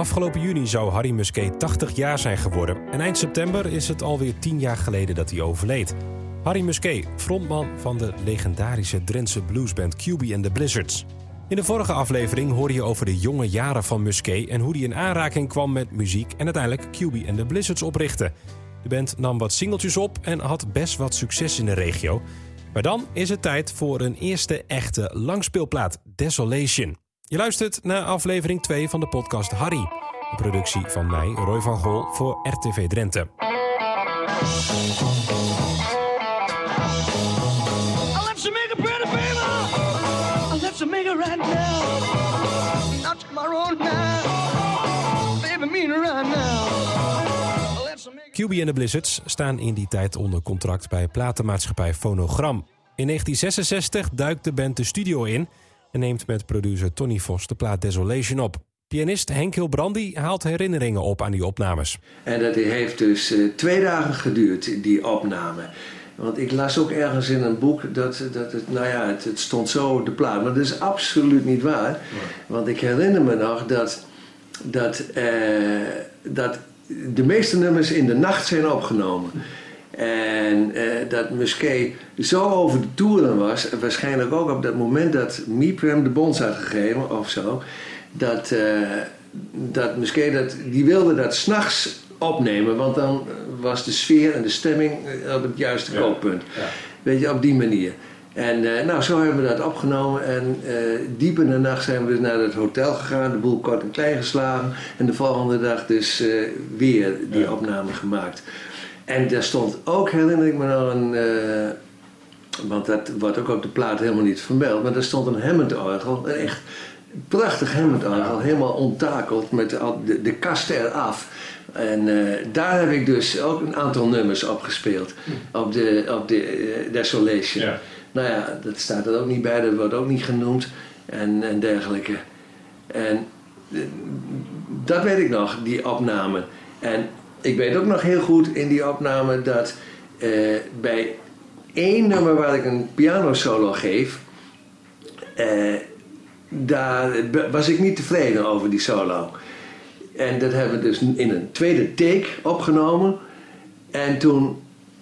Afgelopen juni zou Harry Musquet 80 jaar zijn geworden. En eind september is het alweer 10 jaar geleden dat hij overleed. Harry Musquet, frontman van de legendarische Drentse bluesband QB and the Blizzards. In de vorige aflevering hoorde je over de jonge jaren van Musquet en hoe hij in aanraking kwam met muziek en uiteindelijk QB and the Blizzards oprichtte. De band nam wat singeltjes op en had best wat succes in de regio. Maar dan is het tijd voor een eerste echte langspeelplaat, Desolation. Je luistert naar aflevering 2 van de podcast Harry. Een productie van mij, Roy van Gol, voor RTV Drenthe. QB and the Blizzards staan in die tijd onder contract bij platenmaatschappij Phonogram. In 1966 duikt de band de studio in en neemt met producer Tony Vos de plaat Desolation op. Pianist Henk Hilbrandi haalt herinneringen op aan die opnames. En dat heeft dus 2 dagen geduurd, die opname. Want ik las ook ergens in een boek dat het stond zo op de plaat. Maar dat is absoluut niet waar. Ja. Want ik herinner me nog dat de meeste nummers in de nacht zijn opgenomen. En dat Musquet zo over de toeren was, waarschijnlijk ook op dat moment dat Miep hem de bons had gegeven of zo, dat Musquet die wilde dat 's nachts opnemen, want dan was de sfeer en de stemming op het juiste kookpunt. Ja. Weet je, op die manier. En zo hebben we dat opgenomen en diep in de nacht zijn we dus naar het hotel gegaan, de boel kort en klein geslagen en de volgende dag dus weer die opname gemaakt. En daar stond ook, herinner ik me nog, want dat wordt ook op de plaat helemaal niet vermeld, maar daar stond een Hammond-orgel, een echt prachtig Hammond-orgel, helemaal onttakeld met de kasten eraf. En daar heb ik dus ook een aantal nummers op gespeeld, op de Desolation. Ja. Nou ja, dat staat er ook niet bij, dat wordt ook niet genoemd en dergelijke. En dat weet ik nog, die opname. En ik weet ook nog heel goed in die opname dat bij 1 nummer waar ik een pianosolo geef, daar was ik niet tevreden over die solo. En dat hebben we dus in een tweede take opgenomen. En toen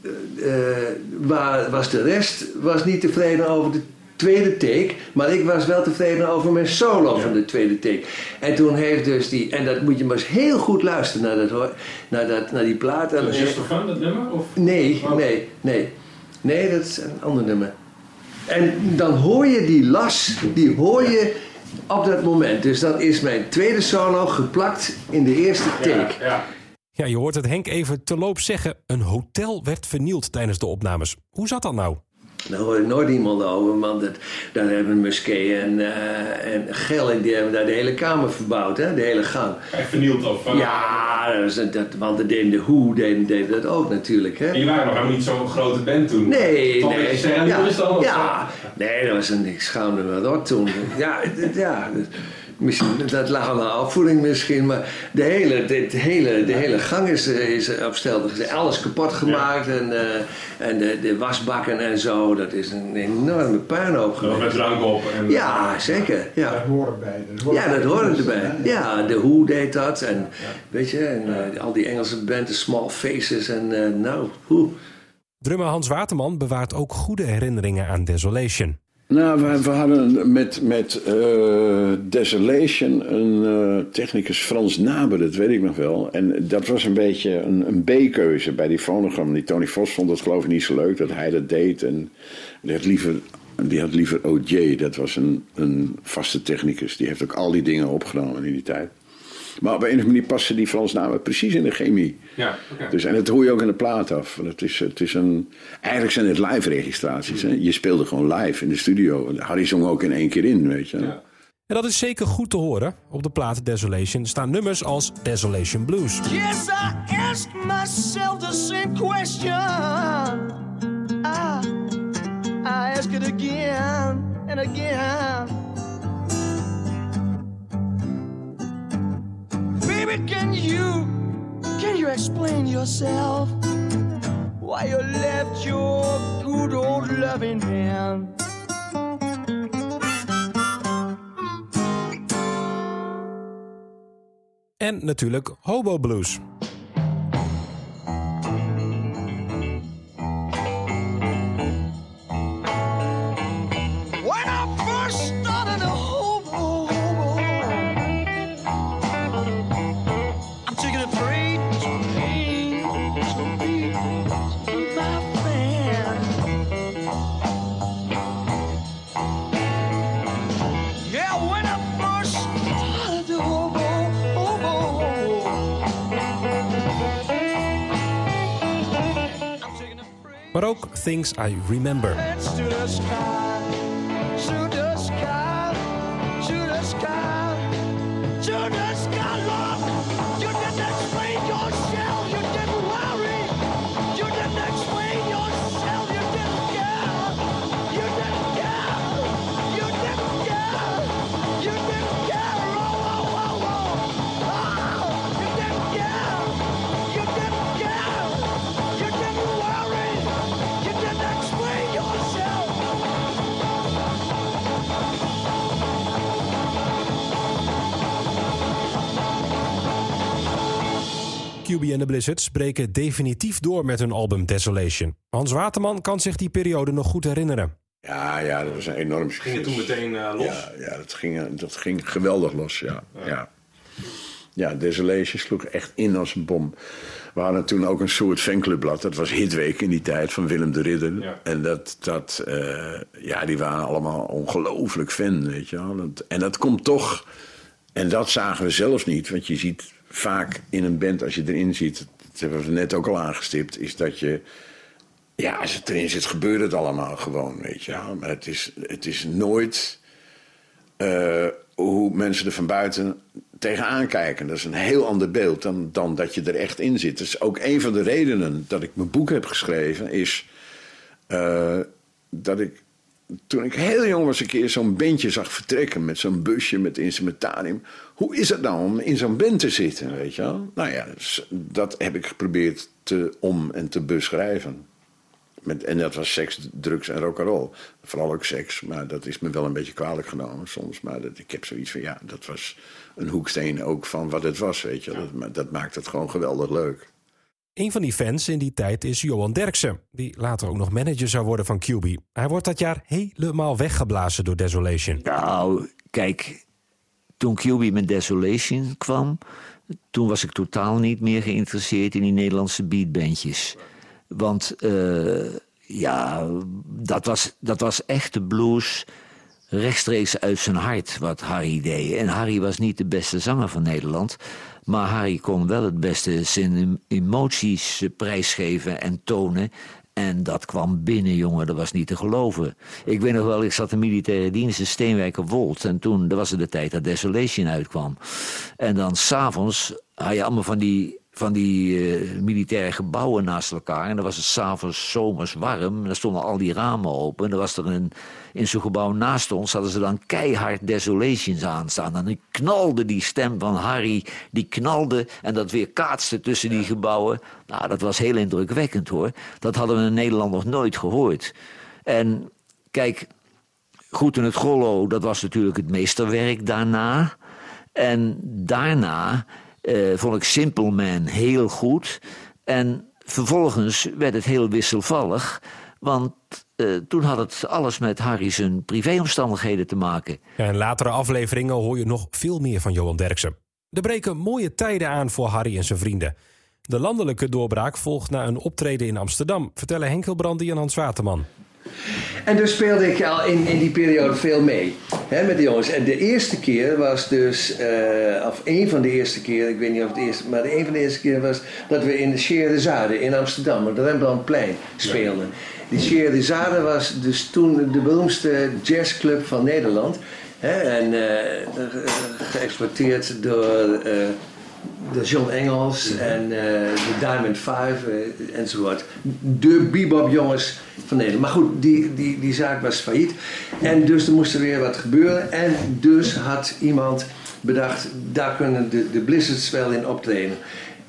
was de rest niet tevreden over de tweede take, maar ik was wel tevreden over mijn solo van de tweede take. En toen heeft dus en dat moet je maar eens heel goed luisteren naar die plaat. Is Just for Fun, dat nummer? Of? Nee, dat is een ander nummer. En dan hoor je die hoor je op dat moment. Dus dan is mijn tweede solo geplakt in de eerste take. Ja, je hoort het Henk even terloops zeggen. Een hotel werd vernield tijdens de opnames. Hoe zat dat nou? Daar hoor ik nooit iemand over, want daar hebben Musquet en Gel, die hebben daar de hele kamer verbouwd, hè? De hele gang. Hij vernield of? Ja, want de Who deden dat ook natuurlijk, hè? En je waren nog helemaal niet zo'n grote band toen. Nee. Nee, dat was een schouder wat toen. Ja. Misschien, dat lag aan de opvoeding misschien, maar de hele gang is op stel gezet. Alles kapot gemaakt en de wasbakken en zo. Dat is een enorme puinhoop geweest. Met drank op. Ja, zeker. Ja. Dat hoort erbij. Dat hoort erbij. Ja, de Who deed dat. En, weet je, en al die Engelse bands, Small Faces en Drummer Hans Waterman bewaart ook goede herinneringen aan Desolation. Nou, we hadden met Desolation een technicus Frans Naber, dat weet ik nog wel. En dat was een beetje een B-keuze bij die Phonogram. Die Tony Vos vond dat geloof ik niet zo leuk dat hij dat deed. En die had liever O.J., dat was een vaste technicus. Die heeft ook al die dingen opgenomen in die tijd. Maar op een of andere manier paste die Frans Naber precies in de chemie. Ja, okay. Dus, en dat hoor je ook in de plaat af. Eigenlijk zijn het live registraties. Hè? Je speelde gewoon live in de studio. Harry zong ook in 1 keer in, weet je. Ja. En dat is zeker goed te horen. Op de plaat Desolation staan nummers als Desolation Blues. Yes, I ask myself the same question. I ask it again and again. Baby, can you explain yourself? Why you left your good old loving man? En natuurlijk Hobo Blues. When I first started a hobo, I'm taking a freight train to be my friend. Yeah, when I first started a hobo, I'm taking a freight. Maar ook Things I Remember. Let's to the sky, to the sky, to the sky, to the sky, Lord. You didn't explain yourself, you didn't worry. You didn't explain yourself, you didn't care. You didn't care, you didn't care, you didn't care. Oh, oh, oh, oh. Oh, you didn't care, you didn't care, you didn't worry. You didn't explain yourself. QB en de Blizzards breken definitief door met hun album Desolation. Hans Waterman kan zich die periode nog goed herinneren. Ja, dat was een enorm succes. Ging het toen meteen los? Ja, dat ging geweldig los, ja. Ja, Desolation sloeg echt in als een bom. We hadden toen ook een soort fanclubblad. Dat was Hitweek in die tijd van Willem de Ridder. Ja. En die waren allemaal ongelooflijk fan, weet je wel. En dat komt toch... En dat zagen we zelf niet. Want je ziet vaak in een band, als je erin ziet... Dat hebben we net ook al aangestipt, is dat je... Ja, als het erin zit, gebeurt het allemaal gewoon, weet je wel. Maar het is nooit... hoe mensen er van buiten tegenaan kijken. Dat is een heel ander beeld dan dat je er echt in zit. Dus ook een van de redenen dat ik mijn boek heb geschreven... is dat ik, toen ik heel jong was, een keer zo'n bandje zag vertrekken... met zo'n busje, met instrumentarium. Hoe is het nou om in zo'n band te zitten, weet je wel? Nou ja, dat heb ik geprobeerd te beschrijven. En dat was seks, drugs en rock'n'roll. Vooral ook seks, maar dat is me wel een beetje kwalijk genomen soms. Maar ik heb zoiets van, ja, dat was een hoeksteen ook van wat het was, weet je. Dat maakt het gewoon geweldig leuk. Een van die fans in die tijd is Johan Derksen, die later ook nog manager zou worden van QB. Hij wordt dat jaar helemaal weggeblazen door Desolation. Nou, kijk, toen QB met Desolation kwam... toen was ik totaal niet meer geïnteresseerd in die Nederlandse beatbandjes... Want dat was echt de blues rechtstreeks uit zijn hart wat Harry deed. En Harry was niet de beste zanger van Nederland... maar Harry kon wel het beste zijn emoties prijsgeven en tonen... En dat kwam binnen, jongen, dat was niet te geloven. Ik weet nog wel, ik zat in militaire dienst in Steenwijkerwold... en toen, dat was de tijd dat Desolation uitkwam. En dan 's avonds had je allemaal van die militaire gebouwen naast elkaar. En dan was het 's avonds zomers warm. En dan stonden al die ramen open. En dan was er in zo'n gebouw naast ons... hadden ze dan keihard Desolations aanstaan. En dan knalde die stem van Harry, die knalde... en dat weer kaatste tussen die gebouwen. Nou, dat was heel indrukwekkend, hoor. Dat hadden we in Nederland nog nooit gehoord. En kijk, Goed in het Gollo, dat was natuurlijk het meesterwerk daarna. En daarna... vond ik Simple Man heel goed. En vervolgens werd het heel wisselvallig. Want toen had het alles met Harry zijn privéomstandigheden te maken. Ja, in latere afleveringen hoor je nog veel meer van Johan Derksen. Er breken mooie tijden aan voor Harry en zijn vrienden. De landelijke doorbraak volgt na een optreden in Amsterdam... vertellen Henk Hilbrandi en Hans Waterman. En dus speelde ik al in die periode veel mee met de jongens. En de eerste keer was dus, of een van de eerste keer, ik weet niet of het eerste, maar een van de eerste keer was dat we in de Scheerde in Amsterdam, op het Rembrandtplein, speelden. Die Scheerde was dus toen de beroemdste jazzclub van Nederland. En geëxploiteerd door John Engels en de Diamond Five enzovoort. De bebop-jongens van Nederland. Maar goed, die zaak was failliet. En dus er moest er weer wat gebeuren. En dus had iemand bedacht, daar kunnen de Blizzards wel in optreden.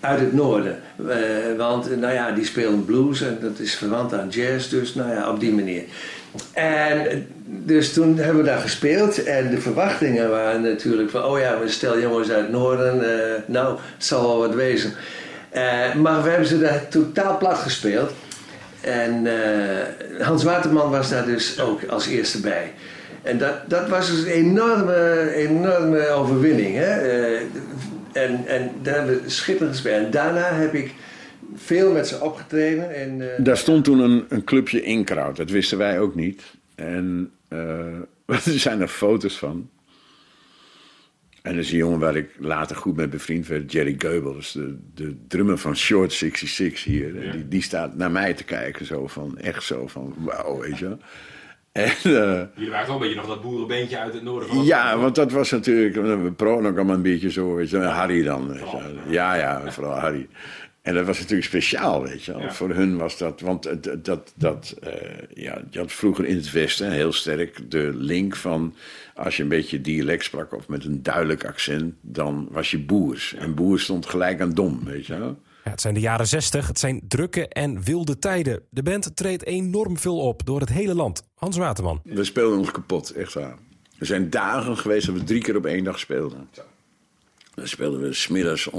uit het noorden. Want die spelen blues en dat is verwant aan jazz, dus op die manier. En dus toen hebben we daar gespeeld en de verwachtingen waren natuurlijk van, we stel jongens uit het noorden, het zal wel wat wezen. Maar we hebben ze daar totaal plat gespeeld. En Hans Waterman was daar dus ook als eerste bij. En dat was dus een enorme overwinning. Hè? En daar hebben we schitterend gespeeld. En daarna heb ik veel met ze opgetreden. En, daar stond toen een clubje Inkraut. Dat wisten wij ook niet. En er zijn er foto's van. En dat is een jongen waar ik later goed mee bevriend werd. Jerry Goebbels, de drummer van Short 66 hier. Ja. Die staat naar mij te kijken. Echt zo van wauw, weet je wel. En, jullie waren toch een beetje nog dat boerenbeentje uit het noorden van ja, want dat was natuurlijk... We pronen ook allemaal een beetje zo, weet je. Harry dan. Weet je. Ja, vooral Harry. En dat was natuurlijk speciaal, weet je wel. Ja. Voor hun was dat... Want je had vroeger in het Westen heel sterk de link van... Als je een beetje dialect sprak of met een duidelijk accent... dan was je boers. Ja. En boer stond gelijk aan dom, weet je wel. Ja, het zijn de jaren 60, het zijn drukke en wilde tijden. De band treedt enorm veel op door het hele land. Hans Waterman. We speelden ons kapot, echt waar. Er zijn dagen geweest dat we 3 keer op 1 dag speelden. Dan speelden we 's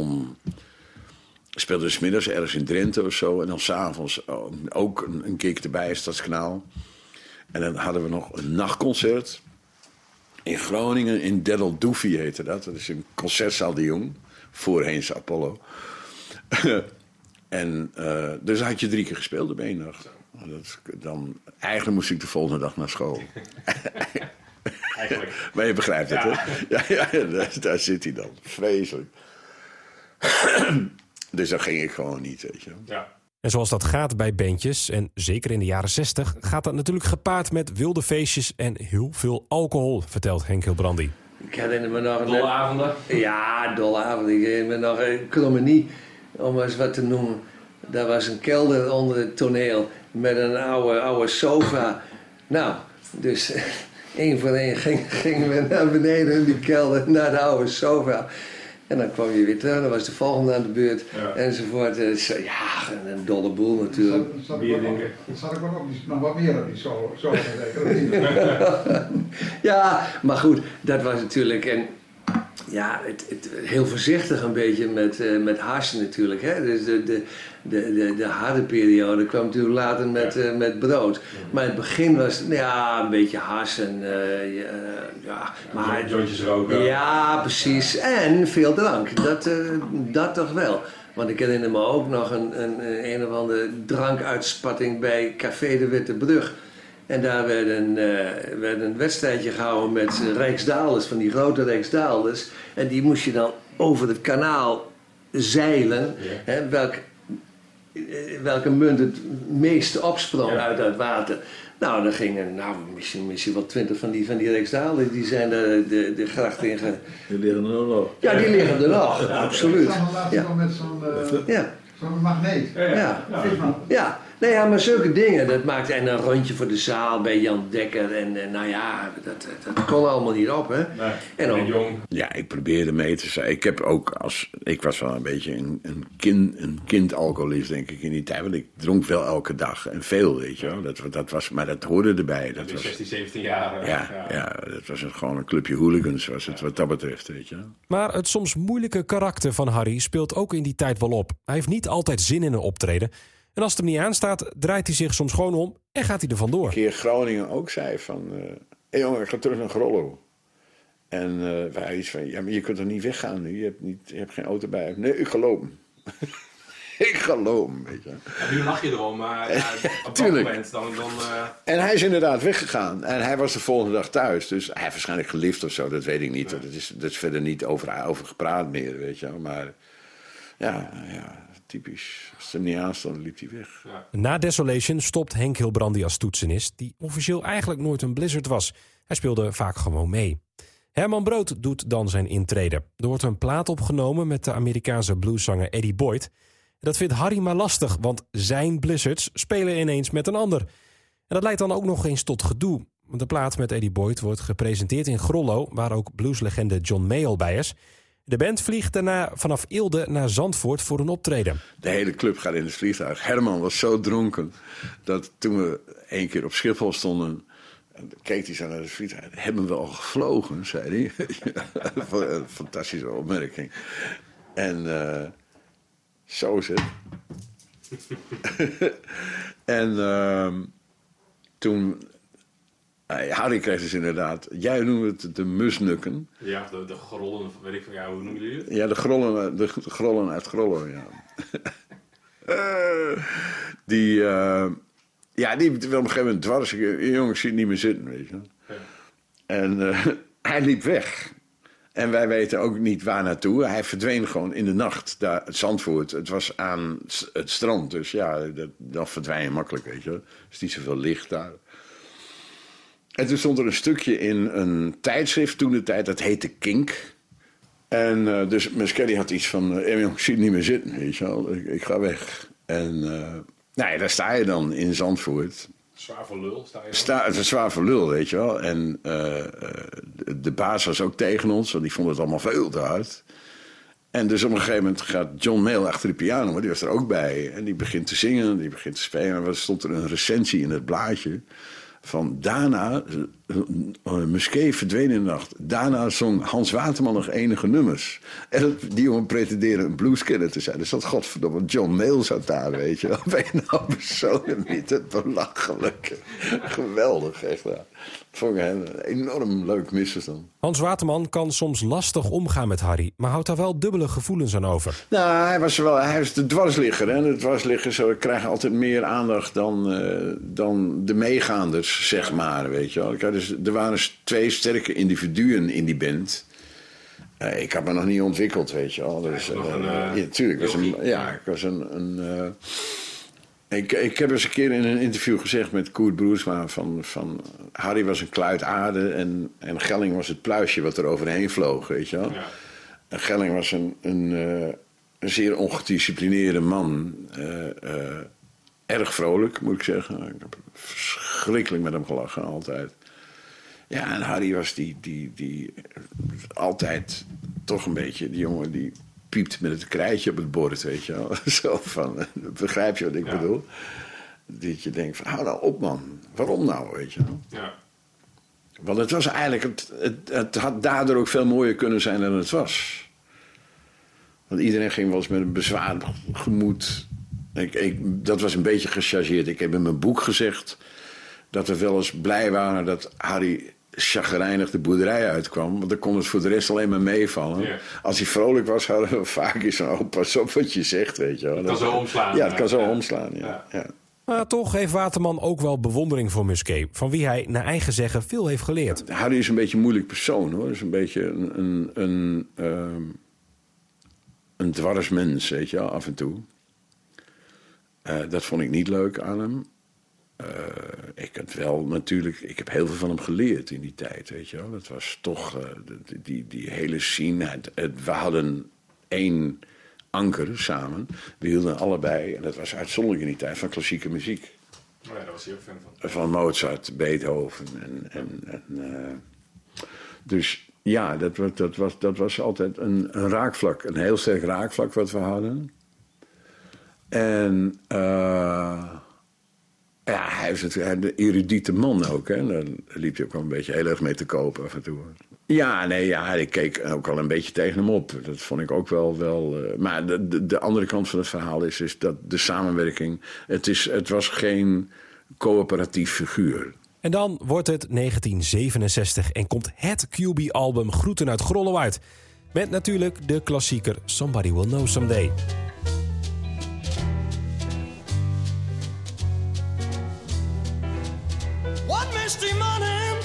middags ergens in Drenthe of zo. En dan 's avonds ook een gig erbij, Stadskanaal. En dan hadden we nog een nachtconcert. In Groningen, in Deddel Doefie heette dat. Dat is een concertzaal de Jong. Voorheense Apollo. En dus had je 3 keer gespeeld op 1 dag. Eigenlijk moest ik de volgende dag naar school. Eigenlijk. Maar je begrijpt het, hè? Ja, daar zit hij dan. Vreselijk. Dus dat ging ik gewoon niet, weet je. Ja. En zoals dat gaat bij bandjes, en zeker in de jaren 60... gaat dat natuurlijk gepaard met wilde feestjes en heel veel alcohol, vertelt Henk Hilbrandi. Ik herinner me nog... Dolle avonden? Ja, dolle avonden. Ik herinner me nog een Krommenie, om eens wat te noemen. Daar was een kelder onder het toneel met een oude sofa. Nou, dus 1 voor 1 gingen we naar beneden in die kelder, naar de oude sofa. En dan kwam je weer terug, dan was de volgende aan de beurt, enzovoort. Een dolle boel natuurlijk. Zat ik nog wat meer op die sofa. Ja, maar goed, dat was natuurlijk... het heel voorzichtig een beetje met hash natuurlijk. Hè? Dus de harde periode kwam natuurlijk later met brood. Maar in het begin was het een beetje hash en jointjes roken. Ja, precies. En veel drank. Dat toch wel. Want ik herinner me ook nog een of andere drankuitspatting bij Café de Witte Brug. En daar werd een wedstrijdje gehouden met rijksdaalders, van die grote rijksdaalders. En die moest je dan over het kanaal zeilen. Ja. Hè, welke munt het meeste opsprong uit het water. Nou, dan gingen misschien wel 20 van die rijksdaalders, die zijn de gracht in ge... Die liggen er nog. Ja, die liggen er nog, absoluut. Dan laatst nog met zo'n magneet. Ja. Maar zulke dingen, dat maakte en een rondje voor de zaal bij Jan Dekker en dat kon allemaal niet op, hè. Nee, en dan, jong. Ja, ik probeerde mee te zijn. Ik was wel een beetje een kind-alcoholist, denk ik, in die tijd. Want ik dronk wel elke dag en veel, weet je wel. Maar dat hoorde erbij. Dat was 16, 17 jaar. Ja, dat was gewoon een clubje hooligans, was het wat dat betreft, weet je wel. Maar het soms moeilijke karakter van Harry speelt ook in die tijd wel op. Hij heeft niet altijd zin in een optreden. En als het hem niet aanstaat, draait hij zich soms gewoon om en gaat hij er vandoor. Een keer Groningen ook zei van... Hé jongen, ik ga terug naar Grollo. En wij iets van... Ja, maar je kunt er niet weggaan nu. Je hebt geen auto bij. Nee, ik ga lopen. Ik ga lopen, weet je. Ja, nu lach je erom, maar op dat moment dan... En hij is inderdaad weggegaan. En hij was de volgende dag thuis. Dus hij heeft waarschijnlijk gelift of zo, dat weet ik niet. Ja. Dat is verder niet over gepraat meer, weet je wel. Maar ja... Typisch. Als het hem niet aanstond, liep hij weg. Ja. Na Desolation stopt Henk Hilbrandi als toetsenist, die officieel eigenlijk nooit een Blizzard was. Hij speelde vaak gewoon mee. Herman Brood doet dan zijn intrede. Er wordt een plaat opgenomen met de Amerikaanse blueszanger Eddie Boyd. Dat vindt Harry maar lastig, want zijn Blizzards spelen ineens met een ander. En dat leidt dan ook nog eens tot gedoe. Want de plaat met Eddie Boyd wordt gepresenteerd in Grollo, waar ook blueslegende John Mayall bij is. De band vliegt daarna vanaf Eelde naar Zandvoort voor een optreden. De hele club gaat in het vliegtuig. Herman was zo dronken dat toen we 1 keer op Schiphol stonden, keek hij zo naar het vliegtuig. Hebben we al gevlogen, zei hij. Een fantastische opmerking. En zo is het. En toen... Harry kreeg dus inderdaad... Jij noemt het de musnukken. Ja, de grollen, weet ik van... Ja, hoe noemen jullie het? Ja, de grollen uit Grollo, ja. Die wil op een gegeven moment dwars. Jongens, zie niet meer zitten, weet je. Ja. En hij liep weg. En wij weten ook niet waar naartoe. Hij verdween gewoon in de nacht. Daar, Zandvoort, het was aan het strand. Dus ja, dan verdwijn je makkelijk, weet je. Er is niet zoveel licht daar. En toen stond er een stukje in een tijdschrift toen de tijd. Dat heette Kink. En dus Muskelly had iets van... ik zie het niet meer zitten, weet je wel. Ik ga weg. En daar sta je dan in Zandvoort. Zwaar voor lul sta je dan? Het is zwaar voor lul, weet je wel. En de baas was ook tegen ons. Want die vond het allemaal veel te hard. En dus op een gegeven moment gaat John Mayall achter de piano. Maar die was er ook bij. En die begint te zingen. Die begint te spelen. En er stond er een recensie in het blaadje... Van daarna, Musquet verdween in de nacht. Daarna zong Hans Waterman nog enige nummers. En die jongen pretendeerde een blueskenner te zijn. Dus dat godverdomme John Mayall zat daar, weet je wel. Ben je nou persoonlijk niet het belachelijke? Geweldig, echt waar. Vond ik een enorm leuk misverstand. Hans Waterman kan soms lastig omgaan met Harry, maar houdt daar wel dubbele gevoelens aan over. Nou, hij was de dwarsligger. Hè? De dwarsliggers krijgen altijd meer aandacht dan de meegaanders, zeg maar. Weet je wel. Dus er waren 2 sterke individuen in die band. Ik had me nog niet ontwikkeld, weet je wel. Dus, tuurlijk. Ik was een Ik heb eens een keer in een interview gezegd met Koert Broersma van Harry was een kluit aarde en Gelling was het pluisje wat er overheen vloog, weet je wel. Ja. En Gelling was een zeer ongedisciplineerde man. Erg vrolijk, moet ik zeggen. Ik heb verschrikkelijk met hem gelachen, altijd. Ja, en Harry was die altijd toch een beetje die jongen die piept met het krijtje op het bord, weet je wel. Zo van, begrijp je wat ik bedoel? Dat je denkt van, hou nou op man. Waarom nou, weet je wel? Ja. Want het was eigenlijk, het had daardoor ook veel mooier kunnen zijn dan het was. Want iedereen ging wel eens met een bezwaard gemoed. Dat was een beetje gechargeerd. Ik heb in mijn boek gezegd dat we wel eens blij waren dat Harry chagrijnig de boerderij uitkwam. Want dan kon het voor de rest alleen maar meevallen. Yeah. Als hij vrolijk was, hadden we vaak eens van, oh, pas op wat je zegt, weet je wel. Het kan zo omslaan. Ja, het kan zo omslaan, ja. Maar toch heeft Waterman ook wel bewondering voor Musquet, van wie hij naar eigen zeggen veel heeft geleerd. Harry is een beetje een moeilijk persoon, hoor. Is een beetje een dwarsmens, weet je wel, af en toe. Dat vond ik niet leuk aan hem. Ik heb heel veel van hem geleerd in die tijd, weet je wel. Dat was toch die hele scene. We hadden 1 anker samen. We hielden allebei, en dat was uitzonderlijk in die tijd, van klassieke muziek. Oh ja, daar was hij ook fan van. Van Mozart, Beethoven. Dus ja, dat was altijd een raakvlak. Een heel sterk raakvlak wat we hadden. En hij is natuurlijk een erudiete man ook. Hè? Daar liep hij ook wel een beetje heel erg mee te kopen af en toe. Ik keek ook al een beetje tegen hem op. Dat vond ik ook wel. Maar de andere kant van het verhaal is dat de samenwerking. Het was geen coöperatief figuur. En dan wordt het 1967 en komt het QB-album Groeten uit Grollo uit. Met natuurlijk de klassieker Somebody Will Know Someday. One misty morning,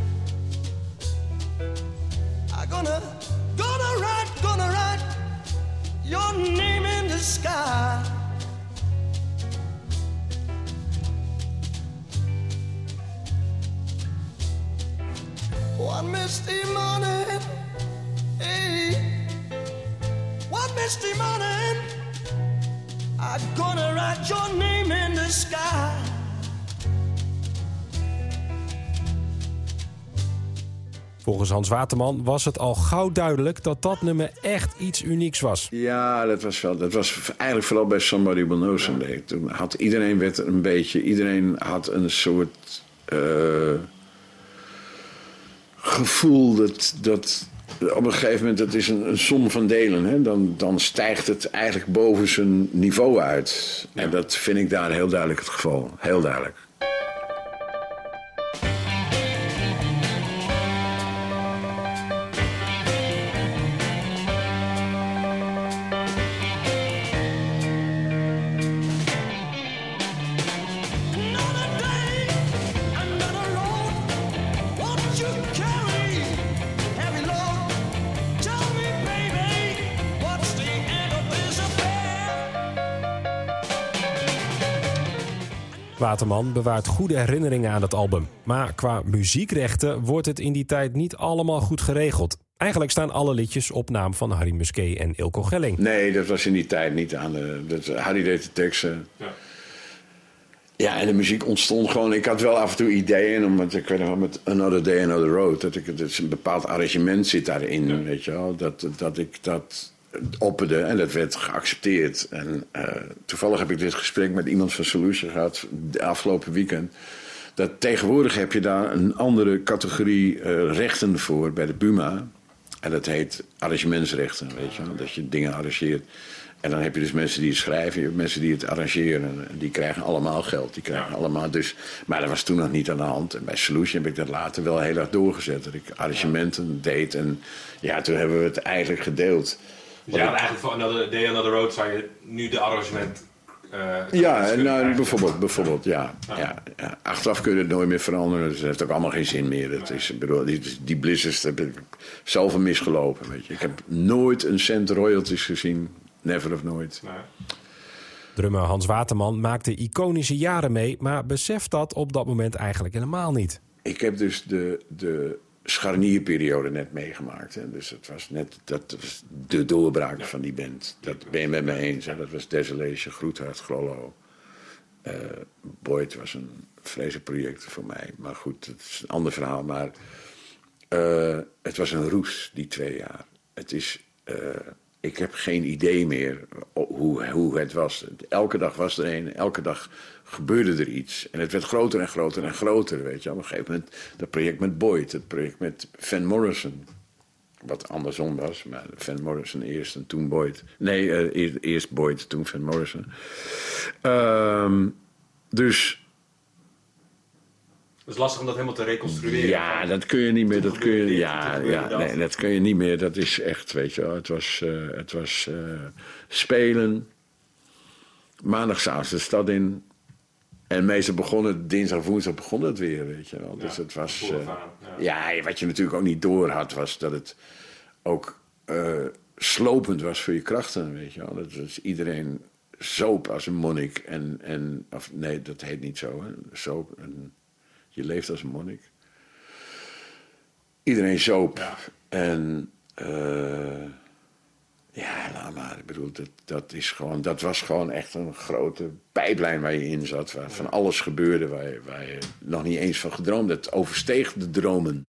I'm gonna write your name in the sky. One misty morning, hey, one misty morning, I'm gonna write your name in the sky. Volgens Hans Waterman was het al gauw duidelijk dat dat nummer echt iets unieks was. Ja, dat was eigenlijk vooral bij Somebody Will Know Someday. Toen had iedereen had een soort gevoel dat op een gegeven moment, het is een som van delen. Hè? Dan stijgt het eigenlijk boven zijn niveau uit. Ja. En dat vind ik daar heel duidelijk het geval. Heel duidelijk. Waterman bewaart goede herinneringen aan het album. Maar qua muziekrechten wordt het in die tijd niet allemaal goed geregeld. Eigenlijk staan alle liedjes op naam van Harry Musquet en Ilko Gelling. Nee, dat was in die tijd niet aan de... Harry deed de teksten. Ja, en de muziek ontstond gewoon... Ik had wel af en toe ideeën, omdat ik weet nog wel met Another Day, Another Road... dat een bepaald arrangement zit daarin, weet je wel. Dat ik dat opperde en dat werd geaccepteerd. En toevallig heb ik dit gesprek met iemand van Solution gehad de afgelopen weekend. Dat tegenwoordig heb je daar een andere categorie rechten voor bij de Buma. En dat heet arrangementsrechten, weet je wel. Dat je dingen arrangeert. En dan heb je dus mensen die het schrijven, je hebt mensen die het arrangeren. En die krijgen allemaal geld. Die krijgen allemaal dus. Maar dat was toen nog niet aan de hand. En bij Solution heb ik dat later wel heel erg doorgezet. Dat ik arrangementen deed. En ja, toen hebben we het eigenlijk gedeeld. Dus ja, eigenlijk voor Another Day, Another Road zou je nu de arrangement... bijvoorbeeld, ja. Achteraf kun je het nooit meer veranderen. Dus dat heeft ook allemaal geen zin meer. Dat is, die Blizzards, daar heb ik zoveel misgelopen. Weet je. Ik heb nooit een cent royalties gezien. Never of nooit. Nee. Drummer Hans Waterman maakte iconische jaren mee, maar beseft dat op dat moment eigenlijk helemaal niet. Ik heb dus de scharnierperiode net meegemaakt. Hè. Dus dat was de doorbraak van die band. Dat ben je met me eens. Hè. Dat was Desolation, Groethart, Grollo. Boyd was een vreselijk project voor mij. Maar goed, het is een ander verhaal. Maar het was een roes, die 2 jaar. Het is... ik heb geen idee meer hoe het was. Elke dag was er een, elke dag gebeurde er iets. En het werd groter en groter en groter, weet je. Op een gegeven moment dat project met Boyd, het project met Van Morrison. Wat andersom was, maar Van Morrison eerst en toen Boyd. Nee, eerst Boyd, toen Van Morrison. Dus... Het is lastig om dat helemaal te reconstrueren. Ja, dat kun je niet meer. Dat kun je niet meer. Dat is echt, weet je wel. Het was spelen. Maandagavond de stad in. En meestal dinsdag, woensdag begon het weer, weet je wel. Dus het was... wat je natuurlijk ook niet door had, was dat het ook slopend was voor je krachten, weet je wel. Dat was iedereen zoop als een monnik. Of nee, dat heet niet zo, hè. Zoop... Je leeft als een monnik. Iedereen zoop. Ja. En laat maar. Ik bedoel, dat was gewoon echt een grote pijplijn waar je in zat. Waar van alles gebeurde waar je nog niet eens van gedroomd had. Het oversteeg de dromen.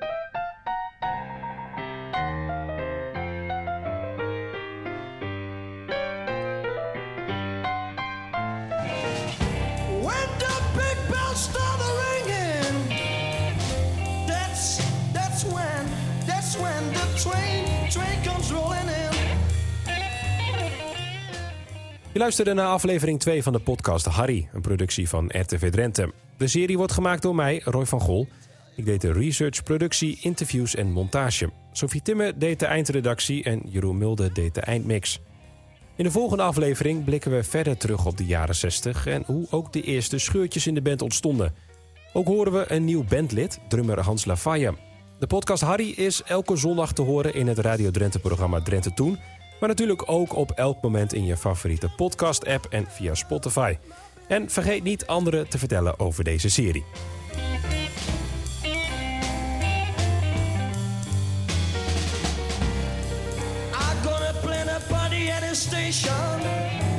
Je luisterde naar aflevering 2 van de podcast Harry, een productie van RTV Drenthe. De serie wordt gemaakt door mij, Roy van Gol. Ik deed de research, productie, interviews en montage. Sophie Timme deed de eindredactie en Jeroen Mulder deed de eindmix. In de volgende aflevering blikken we verder terug op de jaren 60... en hoe ook de eerste scheurtjes in de band ontstonden. Ook horen we een nieuw bandlid, drummer Hans Lafaye. De podcast Harry is elke zondag te horen in het Radio Drenthe-programma Drenthe Toen... maar natuurlijk ook op elk moment in je favoriete podcast-app en via Spotify. En vergeet niet anderen te vertellen over deze serie. I'm gonna plan a party at a station.